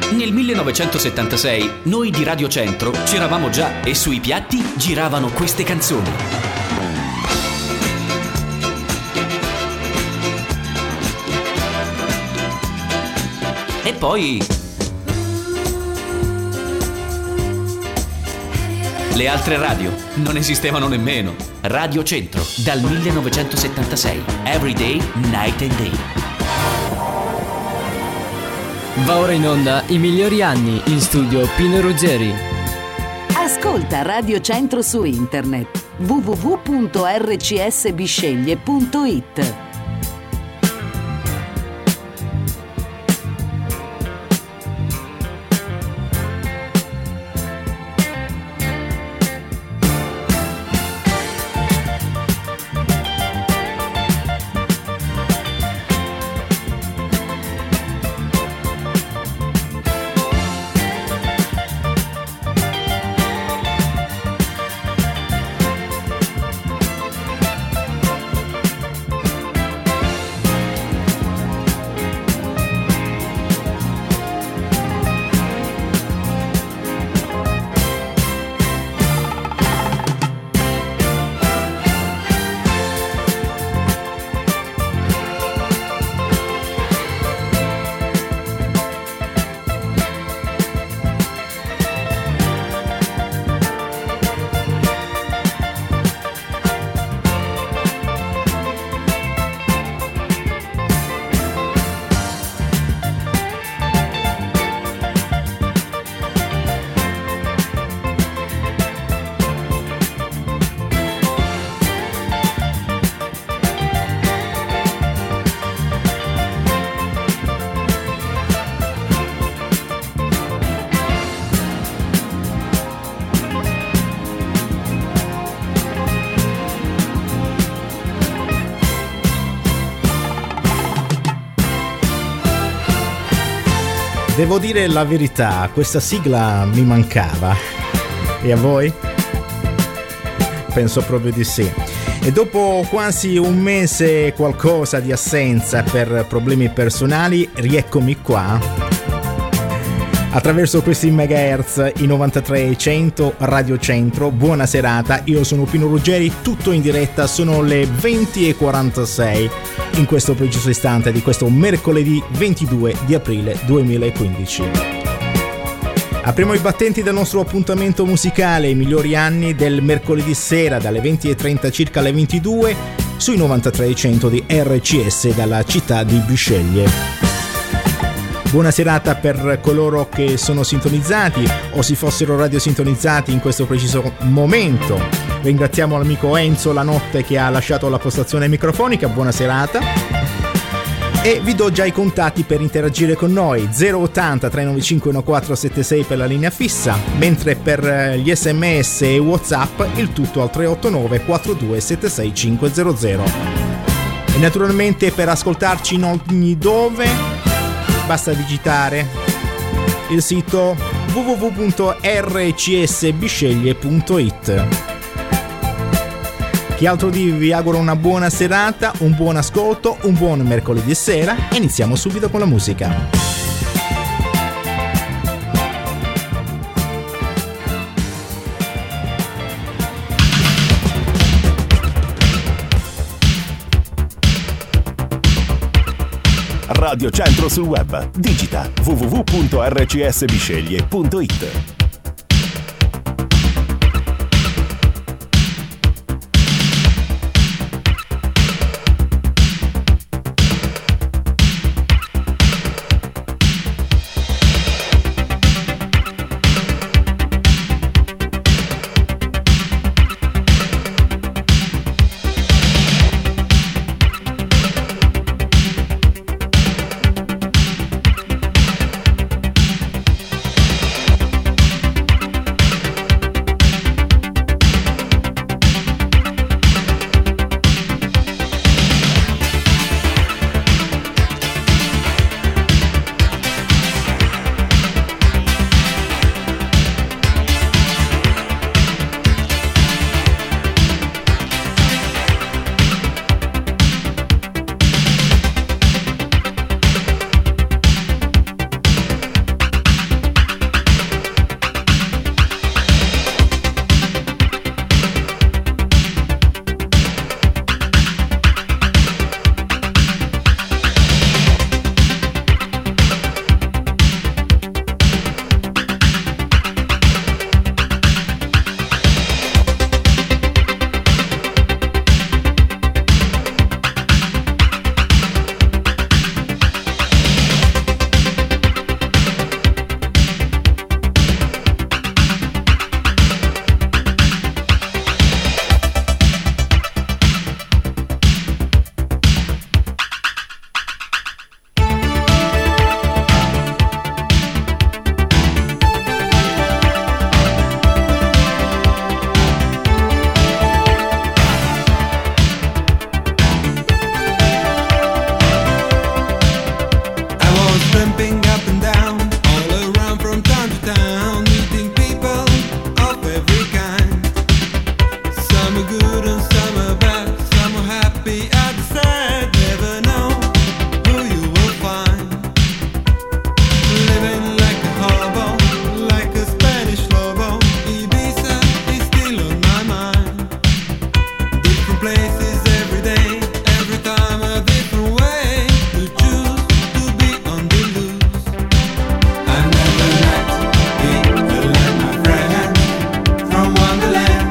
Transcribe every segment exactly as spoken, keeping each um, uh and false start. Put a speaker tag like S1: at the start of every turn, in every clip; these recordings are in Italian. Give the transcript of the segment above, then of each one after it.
S1: Nel millenovecentosettantasei noi di Radio Centro c'eravamo già e sui piatti giravano queste canzoni. E poi le altre radio non esistevano nemmeno. Radio Centro dal millenovecentosettantasei. Every day, night and day.
S2: Va ora in onda I migliori anni, in studio Pino Ruggeri.
S3: Ascolta Radio Centro su internet w w w punto r c s bisceglie punto i t.
S4: Devo dire la verità, questa sigla mi mancava. E a voi? Penso proprio di sì. E dopo quasi un mese e qualcosa di assenza per problemi personali, rieccomi qua. Attraverso questi megahertz, i novantatré cento Radio Centro. Buona serata, io sono Pino Ruggeri, tutto in diretta, sono le venti e quarantasei in questo preciso istante di questo mercoledì ventidue di aprile duemilaquindici. Apriamo i battenti del nostro appuntamento musicale, i migliori anni del mercoledì sera dalle venti e trenta circa alle ventidue sui novantatré cento di R C S dalla città di Bisceglie. Buona serata per coloro che sono sintonizzati o si fossero radiosintonizzati in questo preciso momento. Ringraziamo l'amico Enzo La Notte che ha lasciato la postazione microfonica. Buona serata. E vi do già i contatti per interagire con noi: zero ottanta trecentonovantacinque quattrocentosettantasei per la linea fissa, mentre per gli sms e WhatsApp il tutto al tre otto nove quattro due sette sei cinque zero zero. E naturalmente per ascoltarci in ogni dove basta digitare il sito w w w punto r c s bisceglie punto i t. Che altro dirvi? Vi auguro una buona serata, un buon ascolto, un buon mercoledì sera e iniziamo subito con la musica.
S5: Radio Centro sul web. Digita w w w punto r c s bisceglie punto i t.
S6: jumping up and down all around from town to town, meeting people of every kind. Some are good and some are bad, some are happy, others sad. Never know who you will find. Living like a hobo, like a Spanish lobo. Ibiza is still on my mind. Different places every day, every time a different way to choose to be on the loose. I never met people like my friend from Wonderland.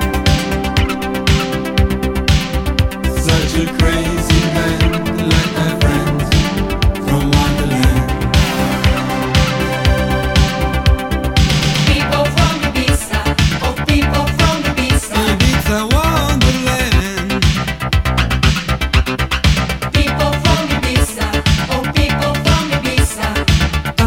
S6: Such a crazy man like my friends from Wonderland.
S7: People from Ibiza, oh people from Ibiza,
S6: Ibiza Wonderland.
S7: people from Ibiza, oh people from Ibiza,
S6: Oh,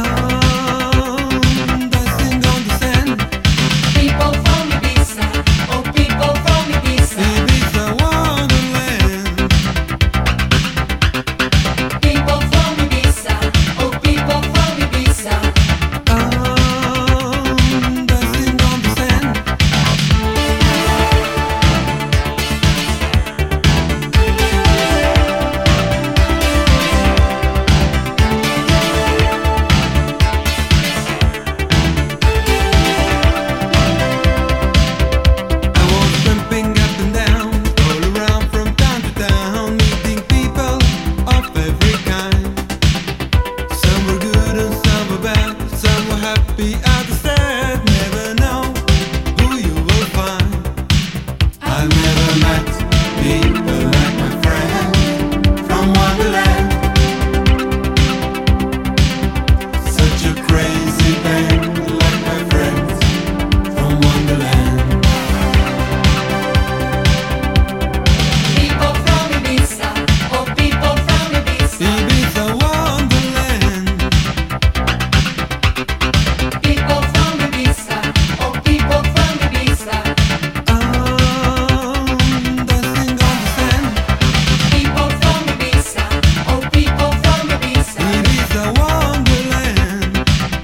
S6: dancing on the sand.
S7: people from Ibiza, oh people from Ibiza,
S6: Ibiza Wonderland.
S7: people from Ibiza, oh people from Ibiza,
S6: Oh, dancing on the sand. I was jumping up and down, all around from town to town, meeting people of every kind. Some were good and some were bad, some were happy, others sad. Never know who you will find. I never met people like my friend from Wonderland. Such a crazy band like my friends from Wonderland.
S7: people from Ibiza, oh people from Ibiza,
S6: Ibiza Wonderland.
S7: people from Ibiza, oh people from Ibiza,
S6: Oh, dancing on the sand.
S7: people from Ibiza, oh people from Ibiza,
S6: Ibiza Wonderland.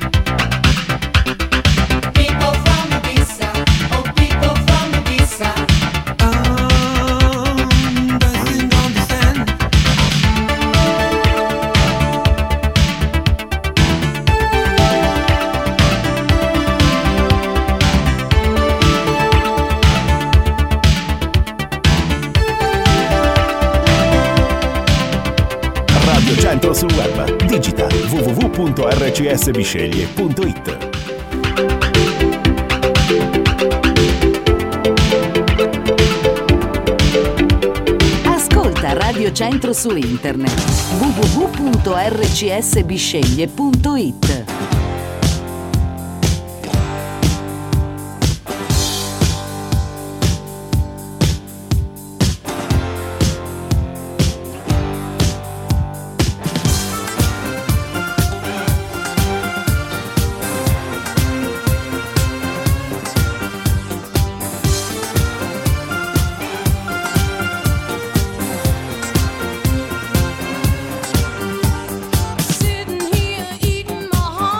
S7: people from Ibiza, oh people from Ibiza.
S6: Oh, dancing on the sand.
S5: Radio Centro sul web. Digita w w w punto r c s bisceglie punto i t.
S3: Ascolta Radio Centro su internet w w w punto r c s bisceglie punto i t.
S8: Sitting here eating my heart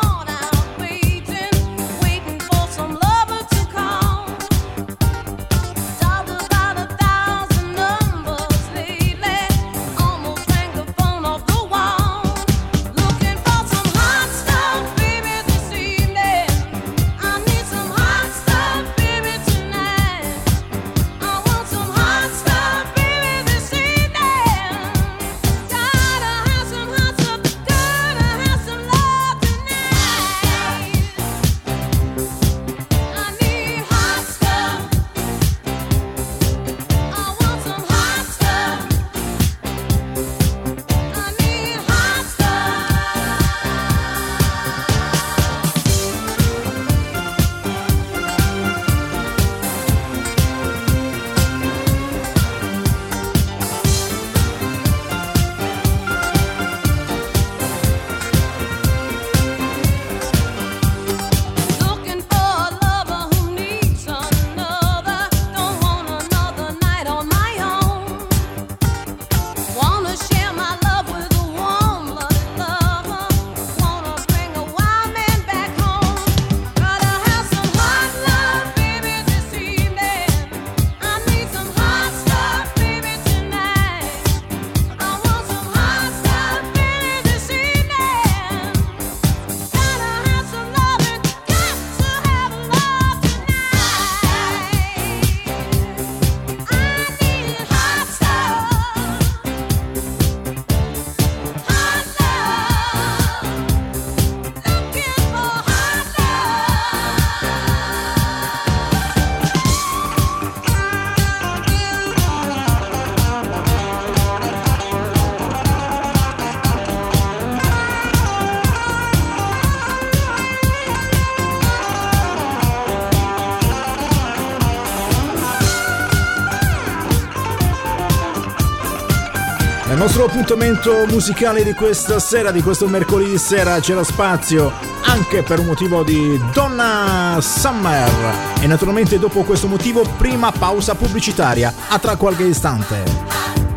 S4: Nel nostro appuntamento musicale di questa sera, di questo mercoledì sera, c'era spazio anche per un motivo di Donna Summer. E naturalmente dopo questo motivo, prima pausa pubblicitaria. A tra qualche istante.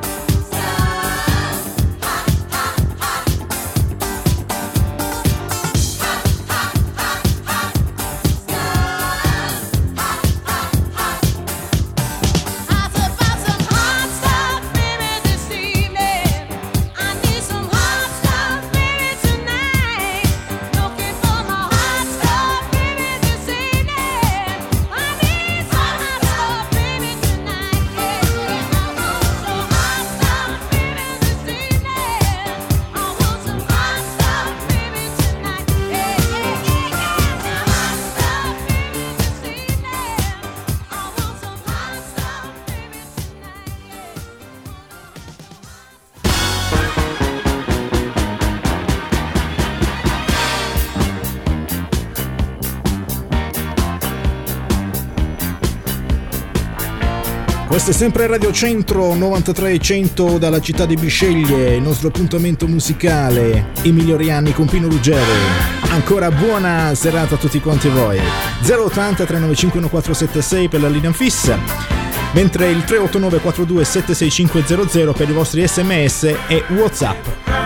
S4: Questo è sempre Radio Centro novantatré cento dalla città di Bisceglie, il nostro appuntamento musicale, i migliori anni con Pino Ruggeri. Ancora buona serata a tutti quanti voi. zero ottanta tre nove cinque uno quattro sette sei per la linea fissa, mentre il tre otto nove quattro due sette sei cinque zero zero per i vostri sms e WhatsApp.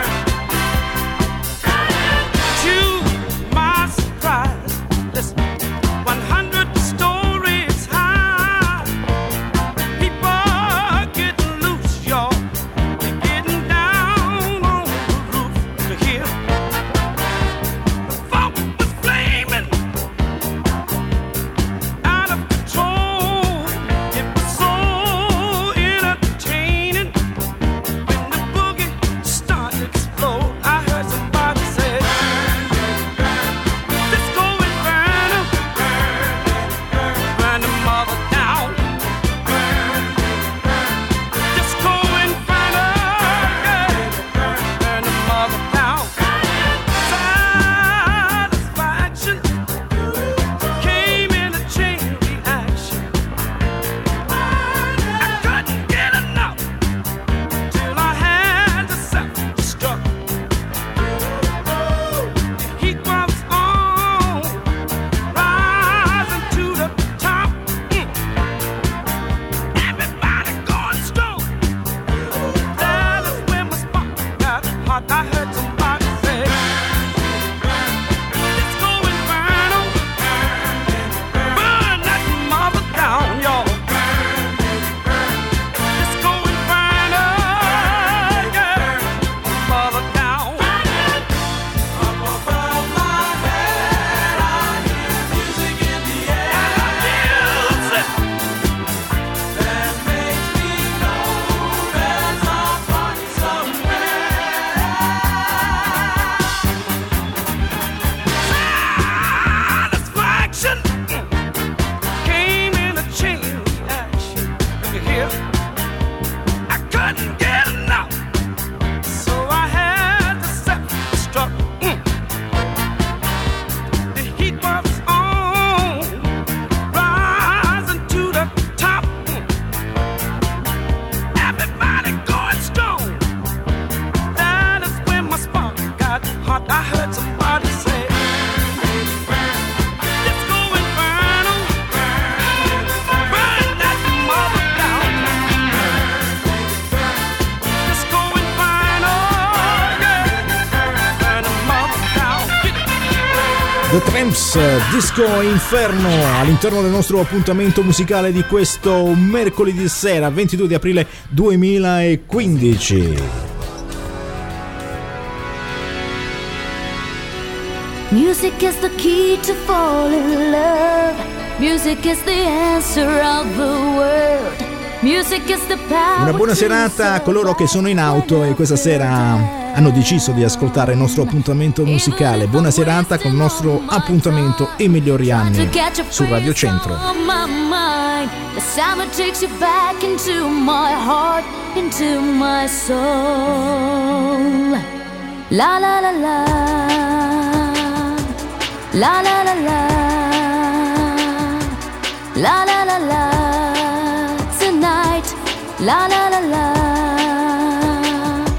S4: The Tramps, Disco Inferno, all'interno del nostro appuntamento musicale di questo mercoledì sera, ventidue di aprile duemilaquindici.
S8: Music is the key to fall in love. Music is the answer of the world. Music is the power.
S4: Una buona serata a coloro che sono in auto e questa sera hanno deciso di ascoltare il nostro appuntamento musicale. Buona serata con il nostro appuntamento I migliori anni su Radio Centro.
S8: The summer takes you back into my heart, into my soul. La la la la, la la la la, la la la la. Tonight, la la la la.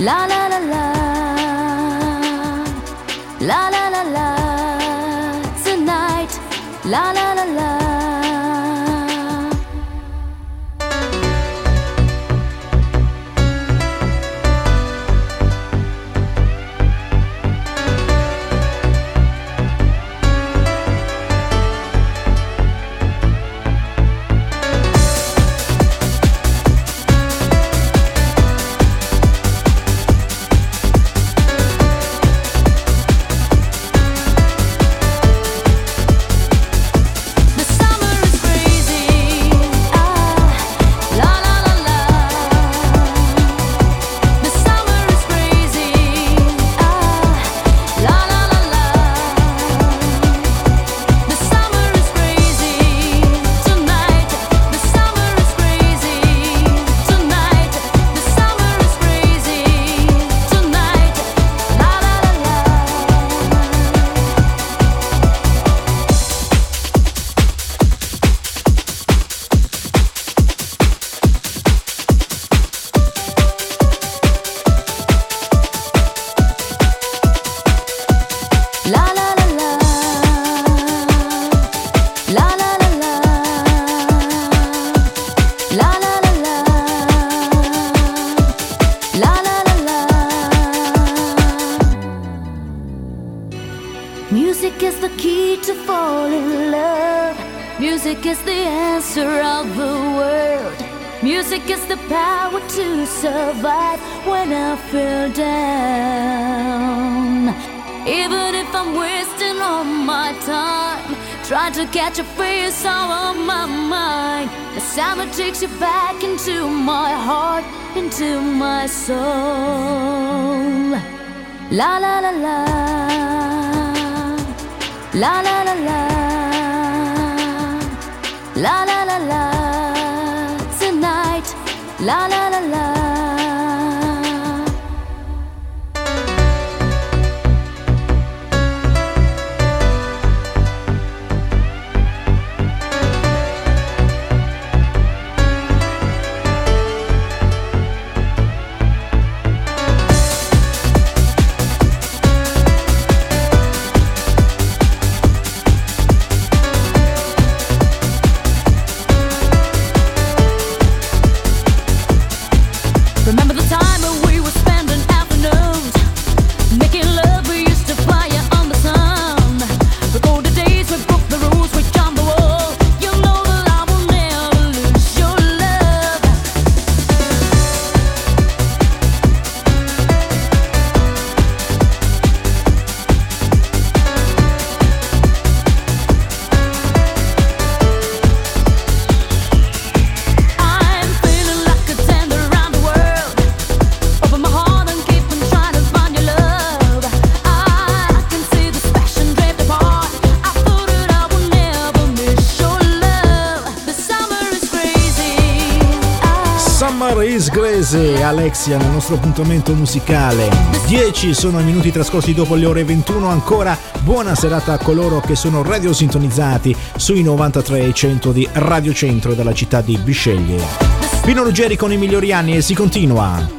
S8: La la la la, la la la la, tonight, la la la la. Music is the key to fall in love. Music is the answer of the world. Music is the power to survive when I feel down. Even if I'm wasting all my time trying to catch a face out of my mind, the sound that takes you back into my heart, into my soul. La la la la, la la la la, la la la la, tonight, la la la la. Remember the time when we were spending afternoons making love, we used to fire on the sun. Recall the days we broke the rules, we jumped the wall. You know that I will never lose your love. I'm feeling like a tender around the world. Open my heart and keep on trying to find your love. I can see this passion drift apart. I thought that I would never miss your love. The summer is crazy. I
S4: Summer is Crazy, Alexia nel nostro appuntamento musicale. dieci sono i minuti trascorsi dopo le ore ventuno. Ancora buona serata a coloro che sono radiosintonizzati sui novantatré e cento di Radio Centro della città di Bisceglie. Pino Ruggeri con i migliori anni e si continua.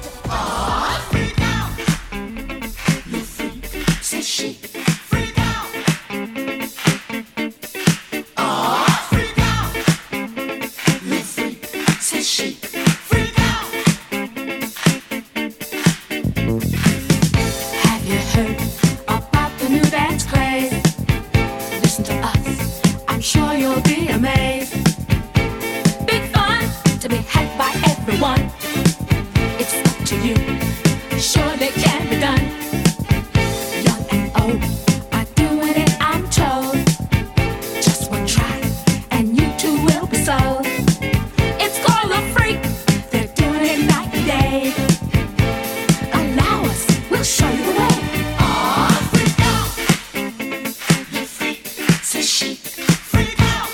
S7: Have you heard about the new dance craze? Listen to us, I'm sure you'll be amazed. Big fun to be had by everyone. It's up to you, surely can be done. Young and old are doing it, I'm told. Just one try and you too will be sold. It's called a freak, they're doing it night and day. Allow us, we'll show you the way. Aw, freak out. You freak, says she. Freak out.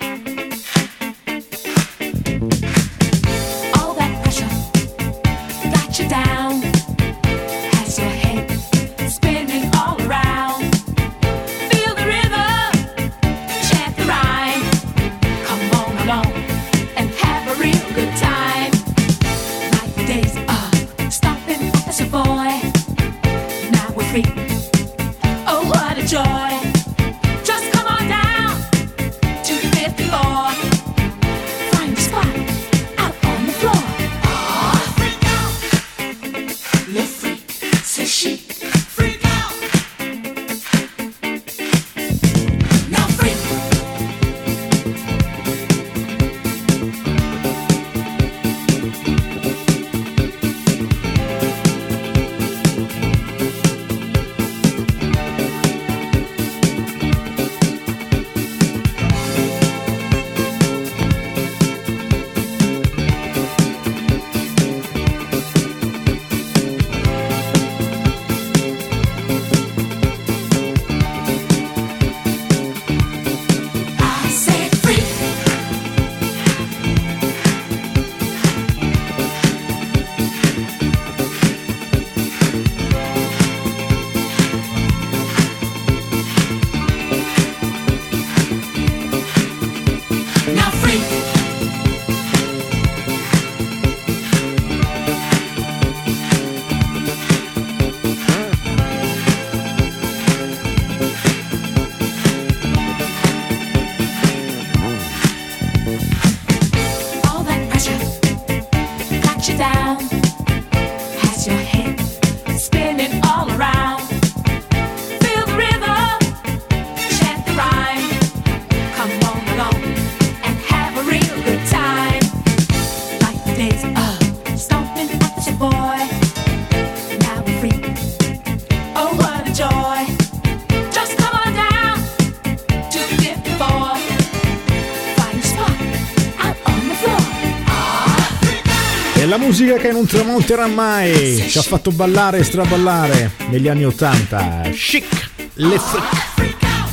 S7: All that pressure got you down. Has your head spinning all around. Feel the rhythm, chant the rhyme. Come on along and have a real good time. Like the days of stomping up Toss your head, spinning all around. Feel the rhythm, chant the rhyme. Come on along and have a real good time. Like the days of stomping at your boy. Now we're free. Oh, what a joy. Just come on down to fifty-four. Find a spot out on the floor.
S4: È la musica che non tramonterà mai, ci ha fatto ballare e straballare negli anni ottanta. Chic, le freak.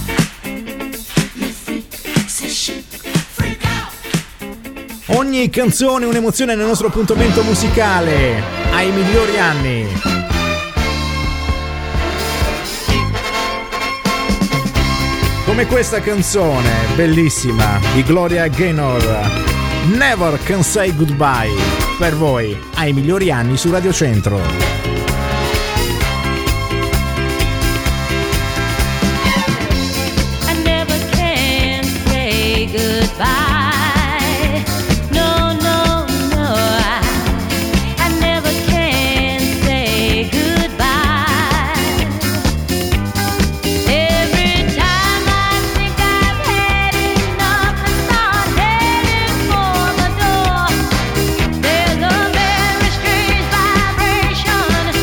S4: Ogni canzone è un'emozione nel nostro appuntamento musicale ai migliori anni. Come questa canzone bellissima di Gloria Gaynor, Never Can Say Goodbye, per voi ai migliori anni su Radio Centro.
S8: I never can say goodbye. No, no, no. I, I never can say goodbye. Every time I think I've had enough and start heading for the door, there's a very strange vibration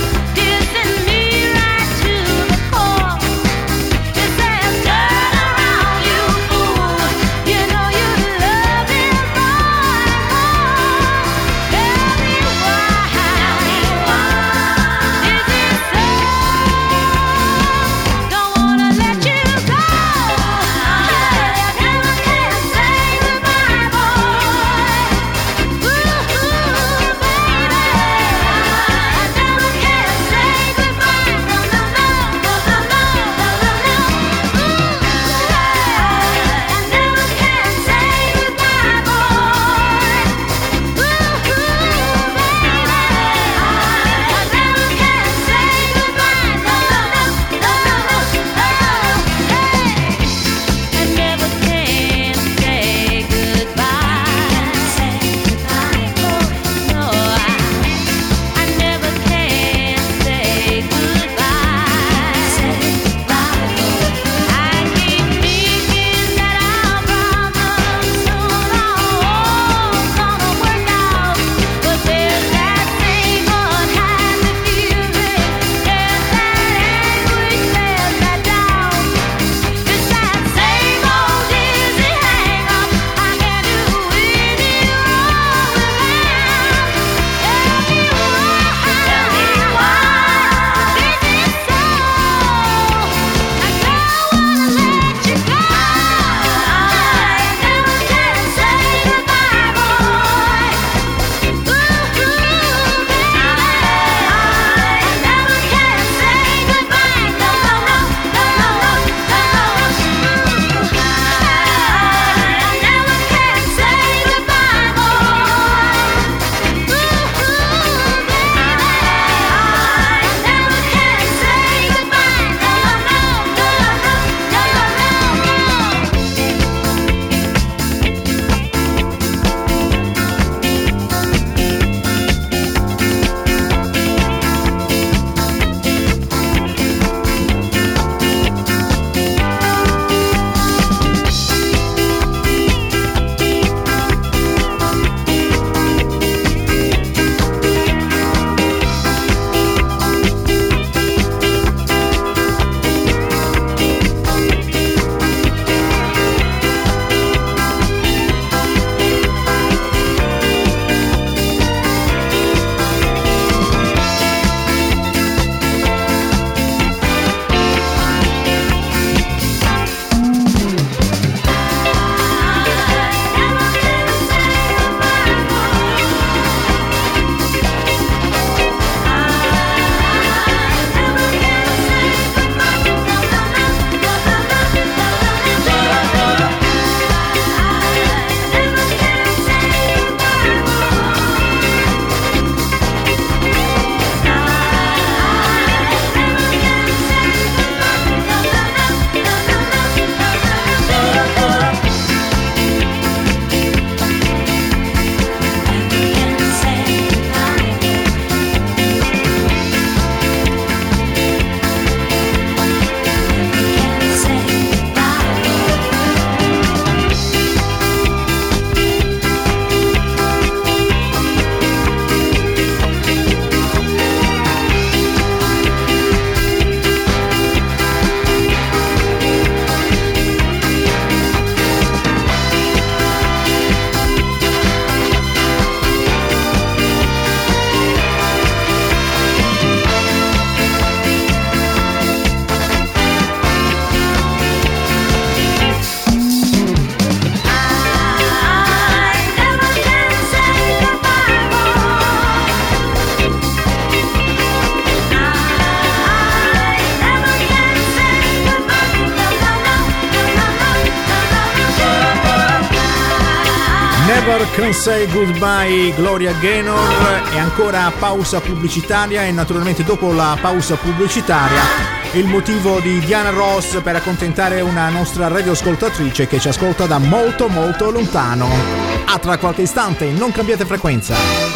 S4: Never Can Say Goodbye, Gloria Gaynor. E ancora pausa pubblicitaria, e naturalmente dopo la pausa pubblicitaria il motivo di Diana Ross per accontentare una nostra radioascoltatrice che ci ascolta da molto molto lontano. A tra qualche istante, non cambiate frequenza.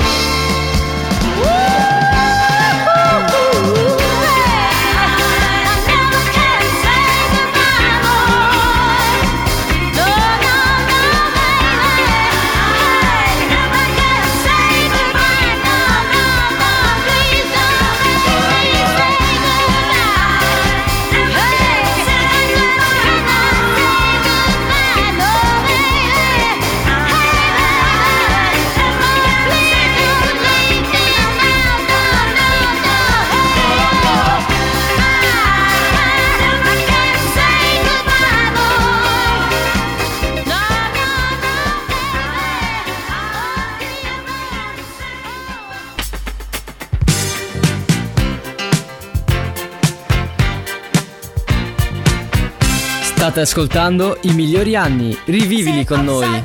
S2: State ascoltando I migliori anni, rivivili con noi.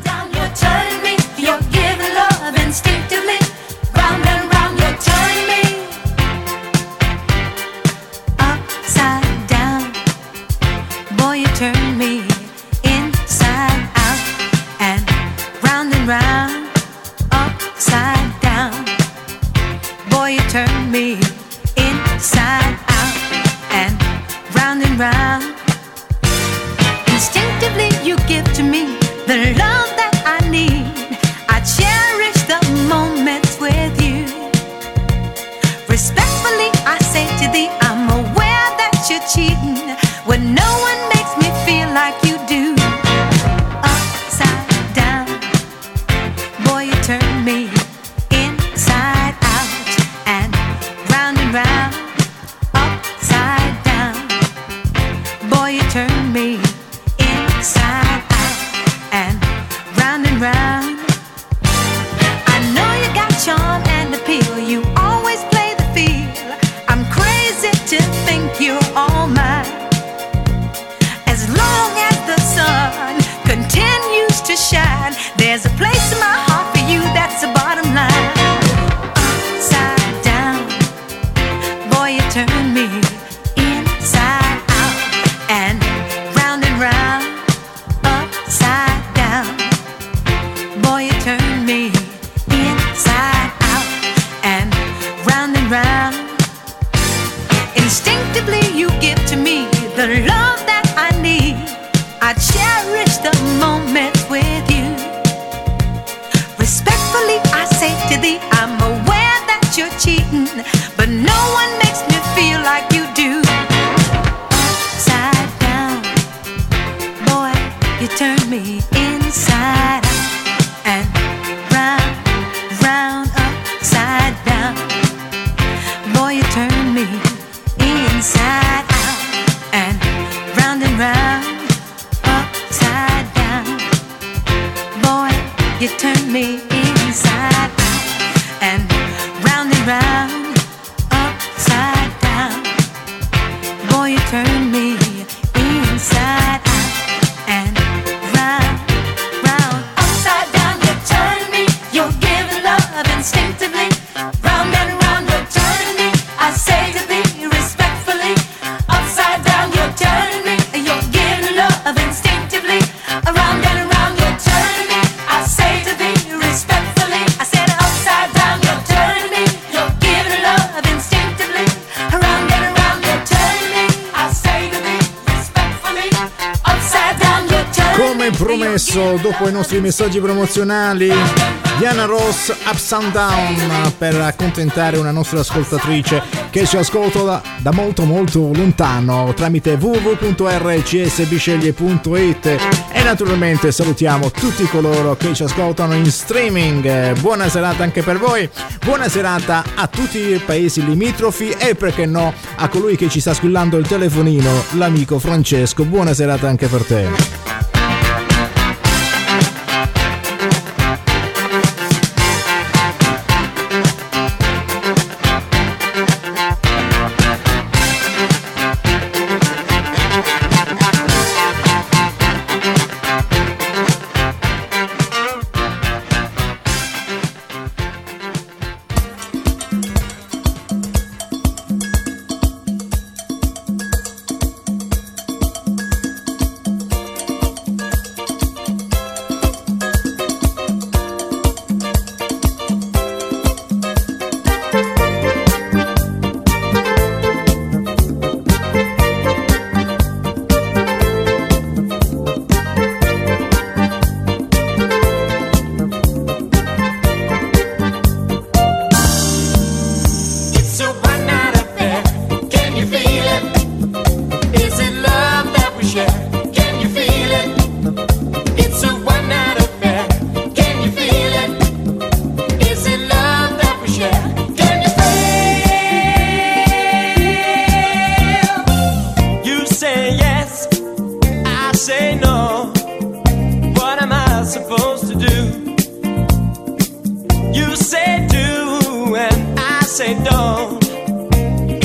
S4: Dopo i nostri messaggi promozionali, Diana Ross, Ups and Down, per accontentare una nostra ascoltatrice che ci ascolta da, da molto molto lontano tramite w w w punto r c s bisceglie punto i t. E naturalmente salutiamo tutti coloro che ci ascoltano in streaming. Buona serata anche per voi, buona serata a tutti i paesi limitrofi e perché no a colui che ci sta squillando il telefonino, l'amico Francesco. Buona serata anche per te.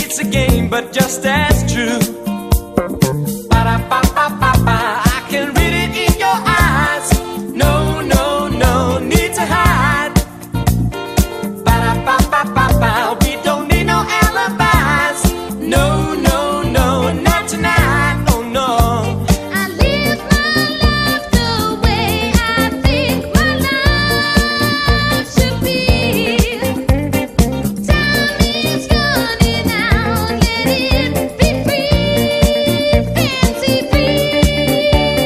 S9: It's a game, but just as true. Ba-da-ba-ba-ba-ba. I can read it in your eyes. No, no, no need to hide. Ba-da-ba-ba-ba-ba. We don't need no alibis. No, no, no, not tonight. Oh no.
S8: I live my life the way I think my life should be. Time is running out, let it be free, fancy free.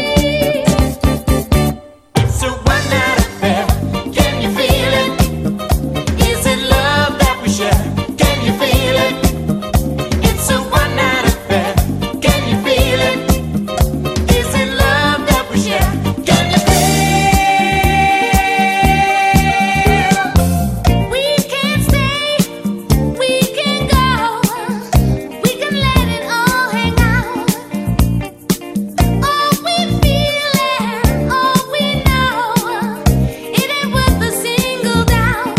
S9: It's a one night affair. Can you feel it? Is it love that we share? Can you feel it? It's a one night affair. Can you feel it? Is it love that we share? Can you feel?
S8: We can stay, we can go, we can let it all hang out. All we feel and all we know, it ain't worth a single doubt.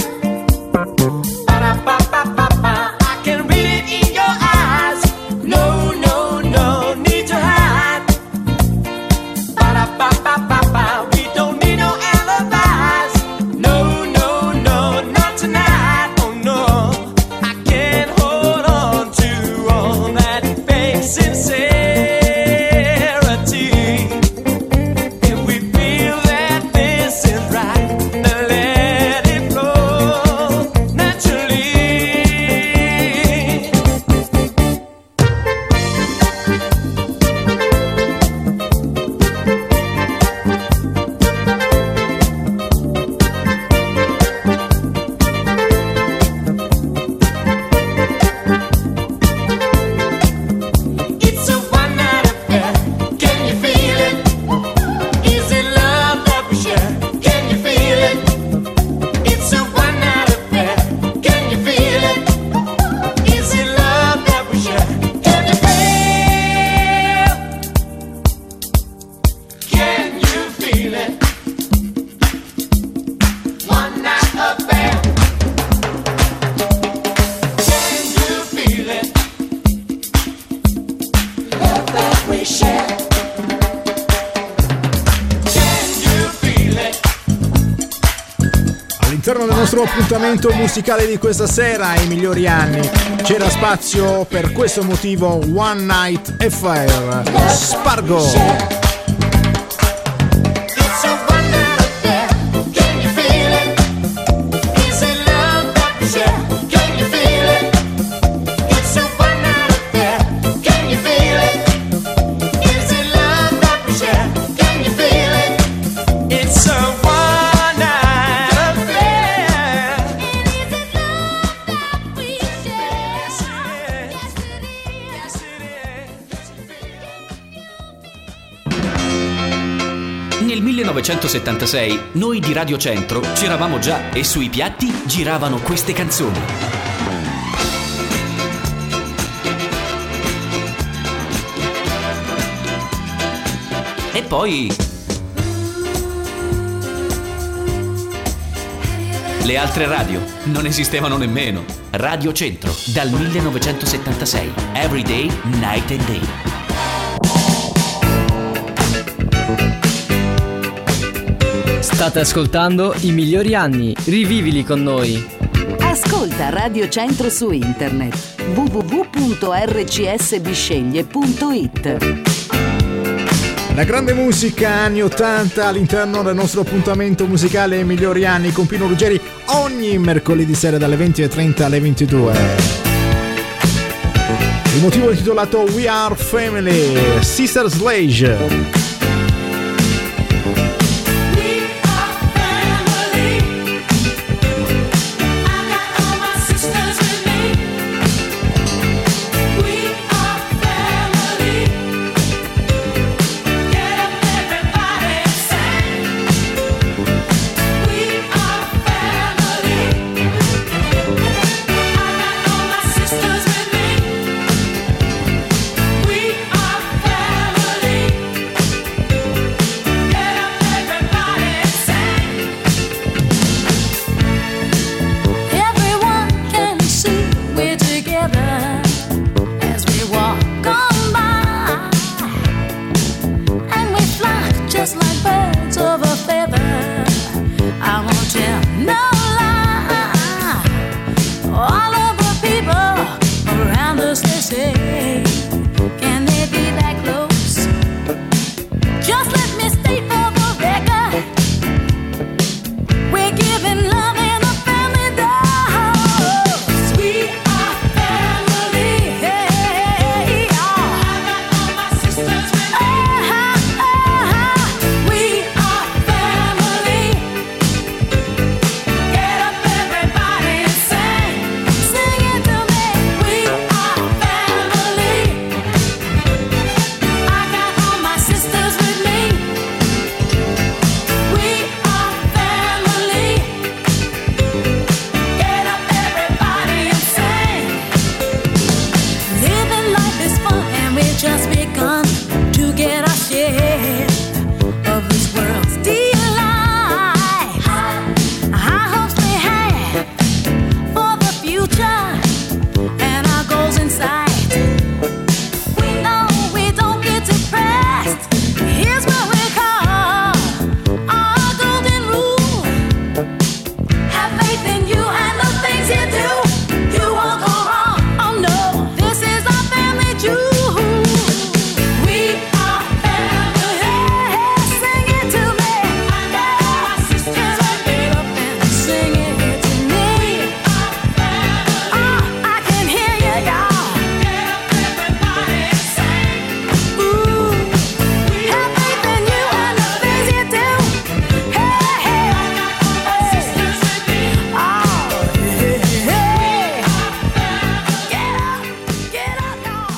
S9: Ba-da-ba-ba-ba-ba. I can read it in your eyes. No, no, no need to hide. Ba-da-ba-ba-ba-ba. We don't need no alibis. No, no, no, not tonight. Oh no. I can't hold on to all that fake sincerity. If we feel that this is right, then let it flow naturally. It's a one night affair. Can you feel it? Is it love that we share? Can you feel it? It's a one night affair. Can you feel it? Is it love that we share? Can you feel? Can you feel it? One night affair. Can you feel it? Love that we share. Can you feel it?
S4: All'interno del nostro appuntamento musicale di questa sera, i migliori anni, c'era spazio per questo motivo. One Night Affair, Spargo.
S9: It's a one night affair. Can you feel it? Is it love that we share? Can you feel it? It's a one night affair. Can you feel it? Is it love that we share? Can you feel it? It's a one night affair.
S8: And is it love that we share?
S9: Yes, it is. Yes, it is.
S1: Nel millenovecentosettantasei noi di Radio Centro c'eravamo già e sui piatti giravano queste canzoni. E poi le altre radio non esistevano nemmeno. Radio Centro dal millenovecentosettantasei. Every day, night and day.
S2: State ascoltando i migliori anni, rivivili con noi.
S3: Ascolta Radio Centro su internet w w w punto r c s bisceglie punto i t.
S4: La grande musica anni ottanta all'interno del nostro appuntamento musicale I migliori anni con Pino Ruggeri ogni mercoledì sera dalle venti e trenta alle ventidue. Il motivo è intitolato We Are Family, Sister Sledge.
S8: Sisters with me, we are family. just begun to get our share of this world's delight. High hopes we have for the future and our goals in sight. We know we don't get depressed. Here's what we call our golden rule. Have faith in you and the things you do. You won't go wrong. Oh no, this is our family jewel. We are family. Yeah, sing it to me. Yeah, my sisters, get up and sing it to me. Oh, I can hear you, y'all. Get up, everybody, and sing. Ooh, have faith in you and the things you do. Hey, hey, my sisters with me. Oh, hey, hey. Get up, get up, y'all.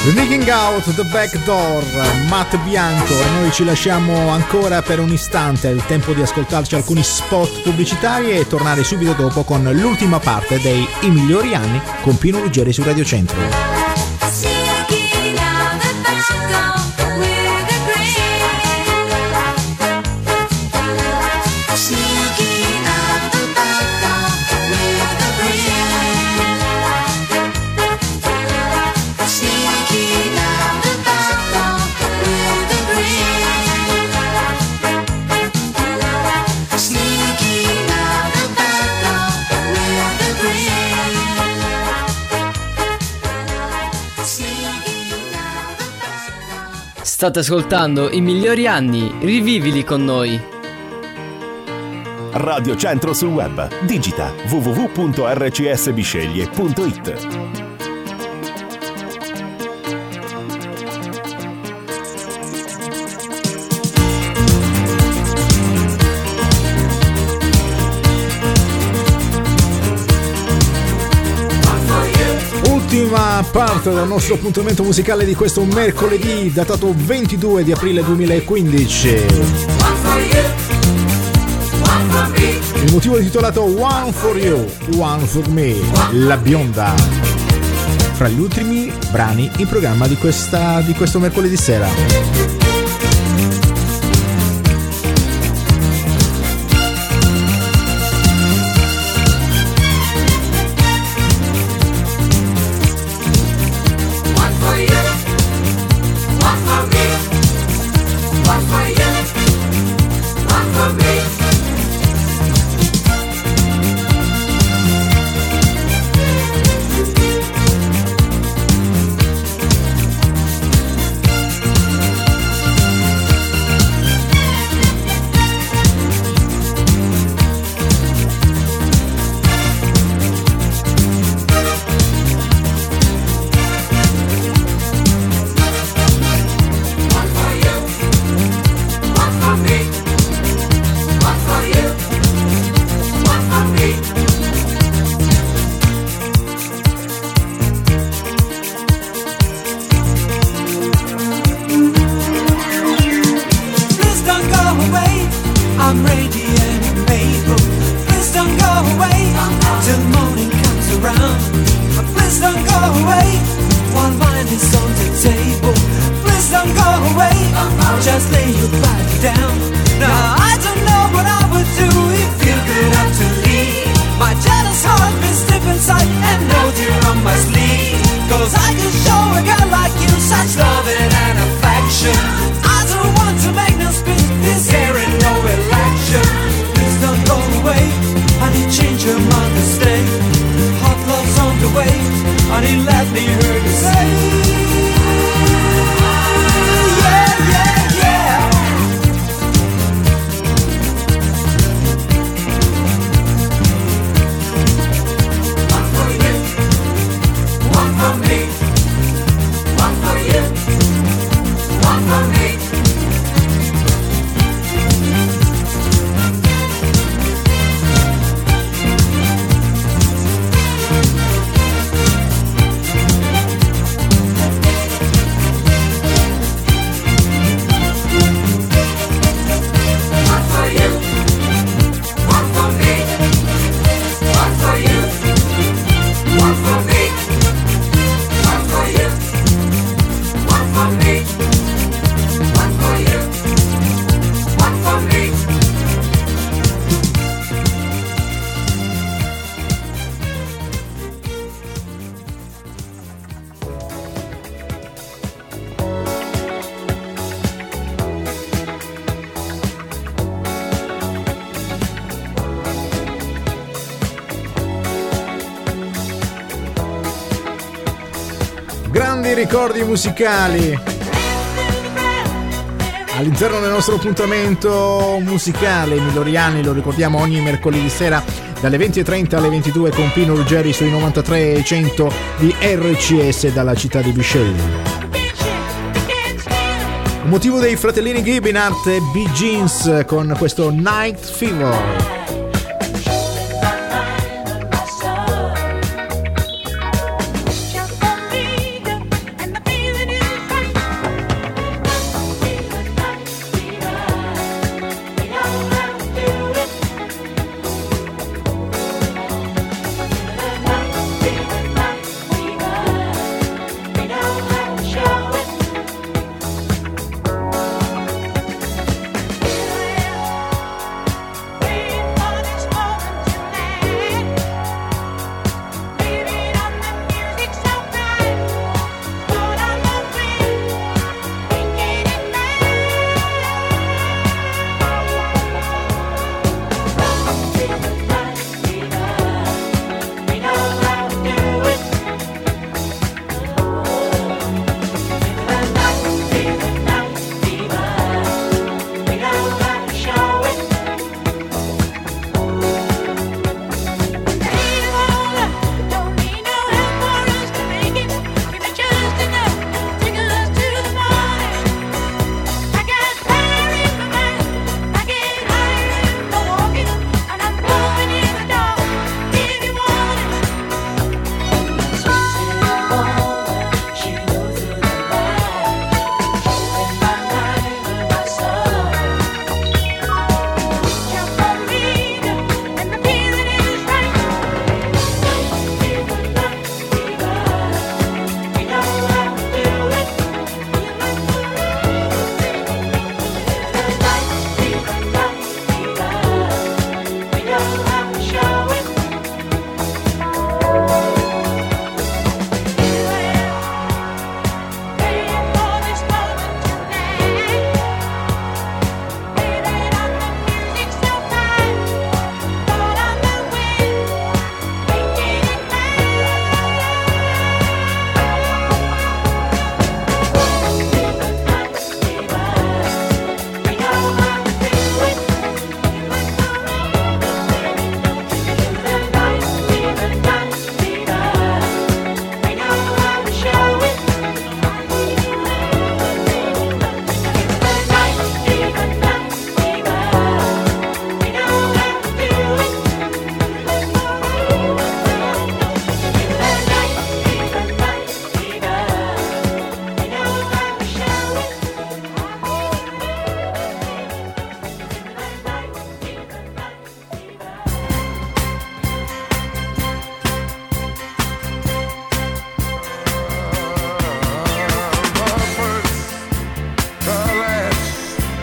S4: Sneaking Out the Back Door, Matt Bianco, e noi ci lasciamo ancora per un istante, è il tempo di ascoltarci alcuni spot pubblicitari e tornare subito dopo con l'ultima parte dei I migliori anni con Pino Ruggeri su Radio Centro.
S2: State ascoltando I migliori anni, rivivili con noi.
S5: Radio Centro sul web. Digita w w w punto r c s bisceglie punto i t.
S4: Ultima parte del nostro appuntamento musicale di questo mercoledì datato ventidue di aprile duemilaquindici. Il motivo è titolato One for You, One for Me, La Bionda. Fra gli ultimi brani in programma di, questa, di questo mercoledì sera. Grandi ricordi musicali all'interno del nostro appuntamento musicale. I migliori anni lo ricordiamo ogni mercoledì sera dalle venti e trenta alle ventidue con Pino Ruggeri sui novantatré e cento di R C S dalla città di Bisceglie. Un motivo dei fratellini Gibbinart e Bee Gees con questo Night Fever.
S8: Feeling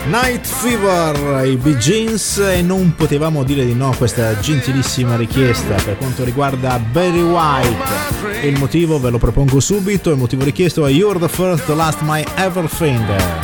S4: Night Fever, i Bee Gees, e non potevamo dire di no a questa gentilissima richiesta per quanto riguarda Barry White. E il motivo ve lo propongo subito, il motivo richiesto è You're the First, the Last, My Everything.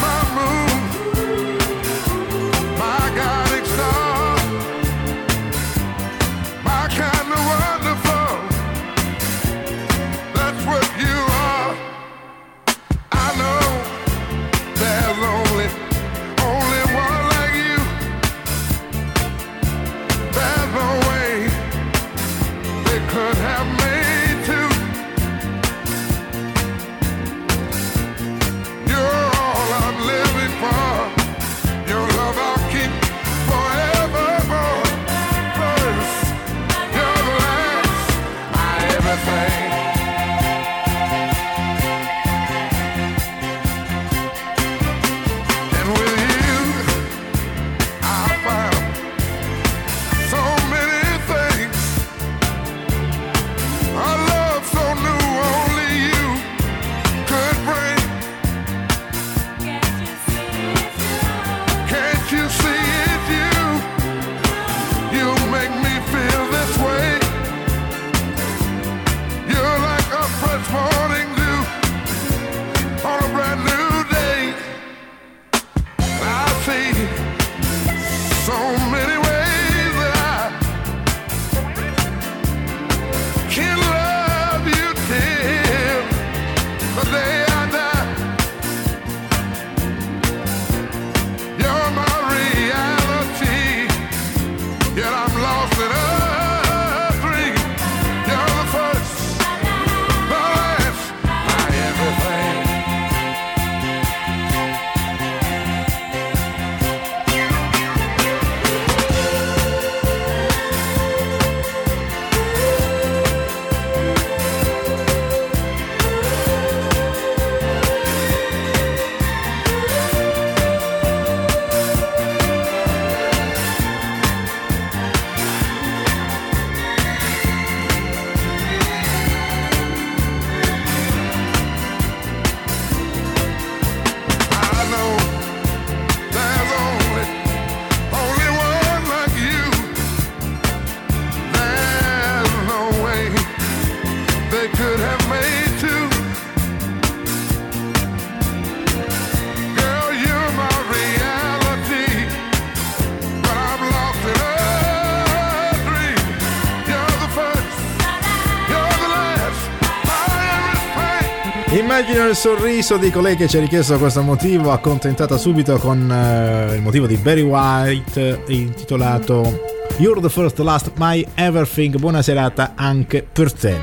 S4: Immagino il sorriso di colei che ci ha richiesto questo motivo, accontentata subito con uh, il motivo di Barry White intitolato You're the First, the Last, My Everything. Buona serata anche per te.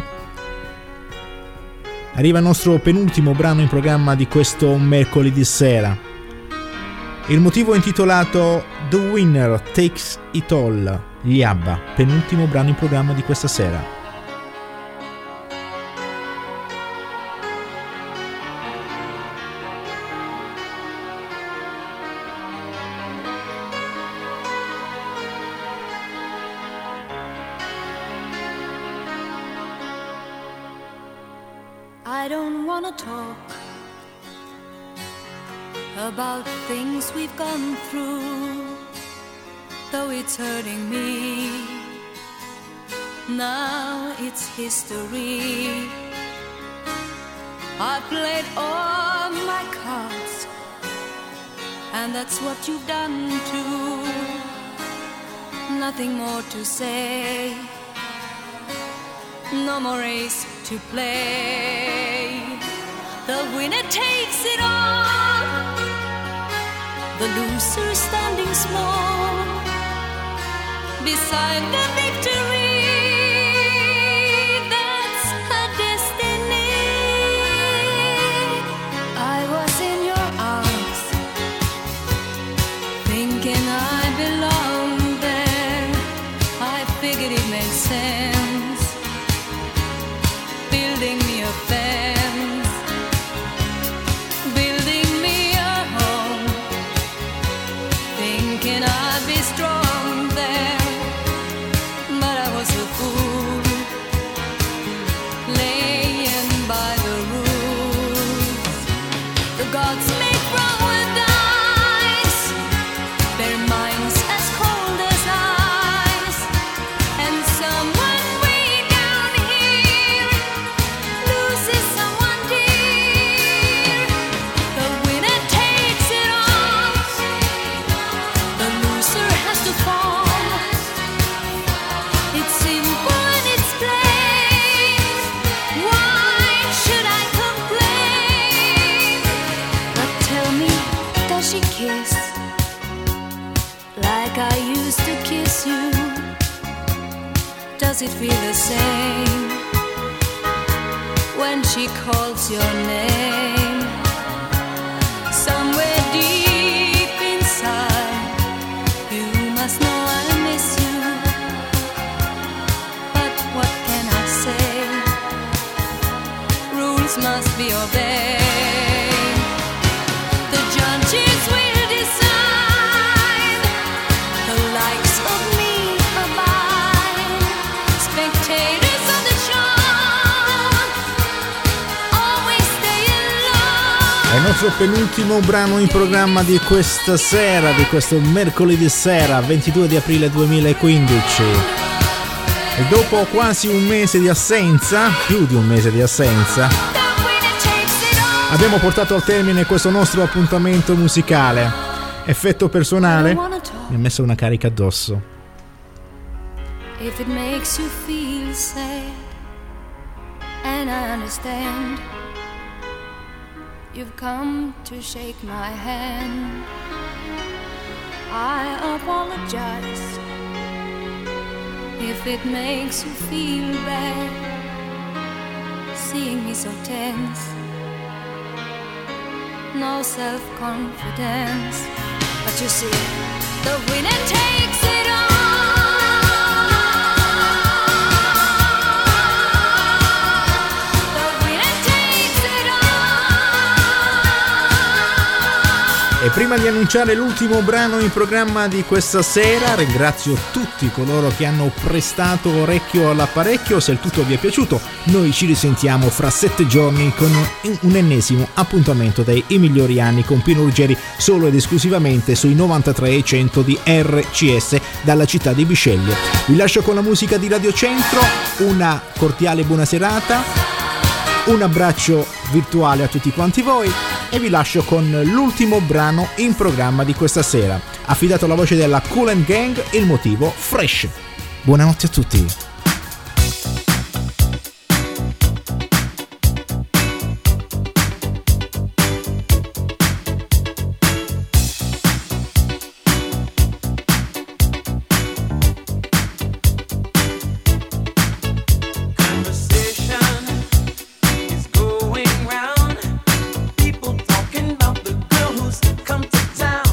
S4: Arriva il nostro penultimo brano in programma di questo mercoledì sera. Il motivo è intitolato The Winner Takes It All, gli ABBA, penultimo brano in programma di questa sera.
S8: I don't wanna talk about things we've gone through, though it's hurting me. Now it's history. I played all my cards, and that's what you've done too. Nothing more to say, no more race to play. The winner takes it all, the loser is standing small beside the victory. That's her destiny. I was in your arms, thinking I belonged there. I figured it made sense, building me a fence, building me a home, thinking I'd be strong there, but I miss you. Does it feel the same when she calls your name? Somewhere deep inside, you must know I miss you. But what can I say? Rules must be obeyed. The judges will decide the likes of me or mine. Spectators of the show always stay in love.
S4: È il nostro penultimo brano in programma di questa sera, di questo mercoledì sera, ventidue di aprile duemilaquindici. E dopo quasi un mese di assenza, più di un mese di assenza, abbiamo portato al termine questo nostro appuntamento musicale. Effetto personale, mi ha messo una carica addosso.
S8: If it makes you feel sad, and I understand, you've come to shake my hand. I apologize if it makes you feel bad, seeing me so tense, no self-confidence. But you see, the winner takes it all.
S4: E prima di annunciare l'ultimo brano in programma di questa sera, ringrazio tutti coloro che hanno prestato orecchio all'apparecchio. Se il tutto vi è piaciuto, noi ci risentiamo fra sette giorni con un ennesimo appuntamento dei I migliori anni con Pino Ruggeri, solo ed esclusivamente sui novantatré e cento di R C S dalla città di Bisceglie. Vi lascio con la musica di Radio Centro, una cordiale buona serata, un abbraccio virtuale a tutti quanti voi e vi lascio con l'ultimo brano in programma di questa sera, affidato alla voce della Kool and Gang, il motivo Fresh. Buonanotte a tutti.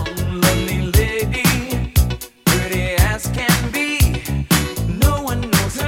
S6: Can be, no one knows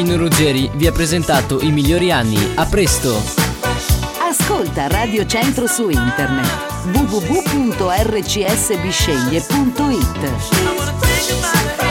S2: Nino Ruggeri vi ha presentato I migliori anni. A presto!
S3: Ascolta Radio Centro su internet w w w punto r c s bisceglie punto i t.